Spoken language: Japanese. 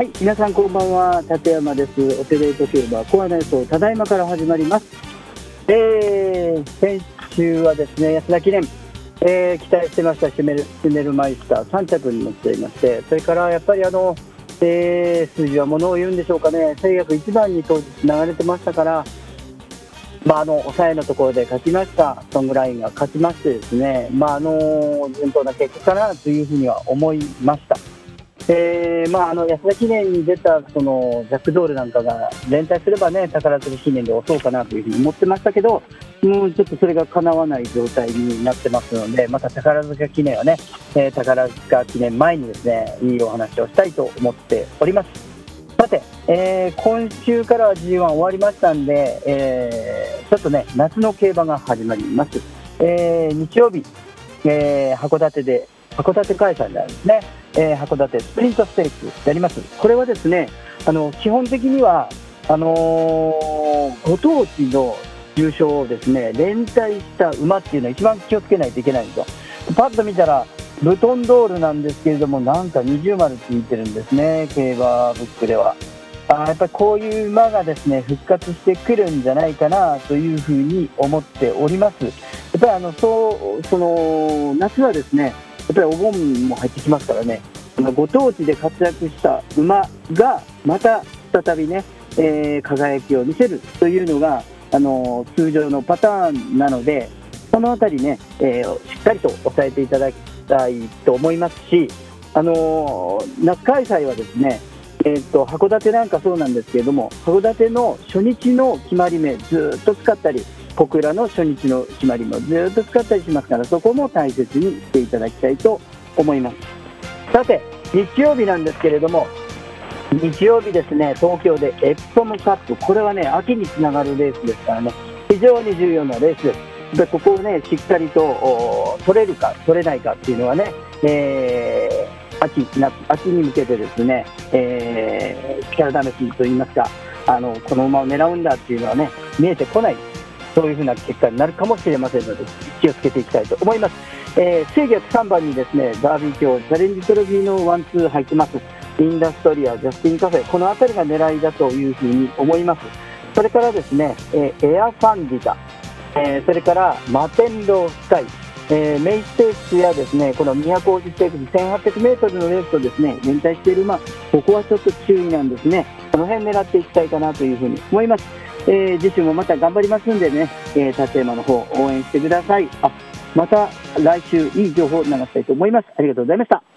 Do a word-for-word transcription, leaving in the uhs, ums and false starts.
はい、皆さんこんばんは。立山です。オペレート競馬コアな予想ただいまから始まります。えー、先週はですね、安田記念、えー、期待してましたシュメルシュネルマイスターさん着に乗っていまして、それからやっぱりあの、えー、数字はものを言うんでしょうかね。制約いちばんに当日流れてましたから、まあ、あの抑えのところで勝ちました。ソングラインが勝ちましてですね、まああの順当な結果かなというふうには思いました。えーまあ、あの安田記念に出たそのジャックドールなんかが連帯すればね、宝塚記念で押そうかなというふうに思ってましたけど、もうちょっとそれが叶わない状態になってますので、また宝塚記念はね、えー、宝塚記念前にですね、いいお話をしたいと思っております。さて、えー、今週からは ジーワン 終わりましたんで、えー、ちょっとね夏の競馬が始まります。えー、日曜日、えー、函館で函館開催なんですね。えー、函館スプリントステークスやります。これはですね、あの基本的にはあのー、ご当地の重賞をですね連帯した馬っていうのは一番気をつけないといけないんですよ。パッと見たらブトンドールなんですけれども、なんか二重丸ついてるんですね、競馬ブックでは。あ、やっぱりこういう馬がですね復活してくるんじゃないかなというふうに思っております。やっぱりあのそうその夏はですね、やっぱりお盆も入ってきますからね、ご当地で活躍した馬がまた再びね、えー、輝きを見せるというのがあの通常のパターンなので、そのあたりね、えー、しっかりと抑えていただきたいと思いますし、あのー、夏開催はですね、えー、と函館なんかそうなんですけれども、函館の初日の決まり目ずっと使ったり、小倉の初日の決まりもずっと使ったりしますから、そこも大切にしていただきたいと思います。さて日曜日なんですけれども、日曜日ですね、東京でエプソムカップ、これはね秋につながるレースですからね、非常に重要なレースです。でここをねしっかりと取れるか取れないかっていうのはね、えー、秋, 夏秋に向けてですね、えー、力試しといいますか、あのこの馬を狙うんだっていうのはね見えてこない、そういうふうな結果になるかもしれませんので気をつけていきたいと思います。えー、制逆さんばんにですねダービー卿チャレンジトロフィーのワンツー入ってます。インダストリア、ジャスティンカフェ、この辺りが狙いだというふうに思います。それからですね、えー、エアファンディタ、えー、それからマテンロースカイ、えー、メイステークスやですねこのにひゃくごじゅうステークスせんはっぴゃくメートルのレースとですね連帯している馬、ここはちょっと注意なんですね。この辺狙っていきたいかなというふうに思います。えー、次週もまた頑張りますんでね、えー、立山の方応援してください。あ、また来週いい情報を流したいと思います。ありがとうございました。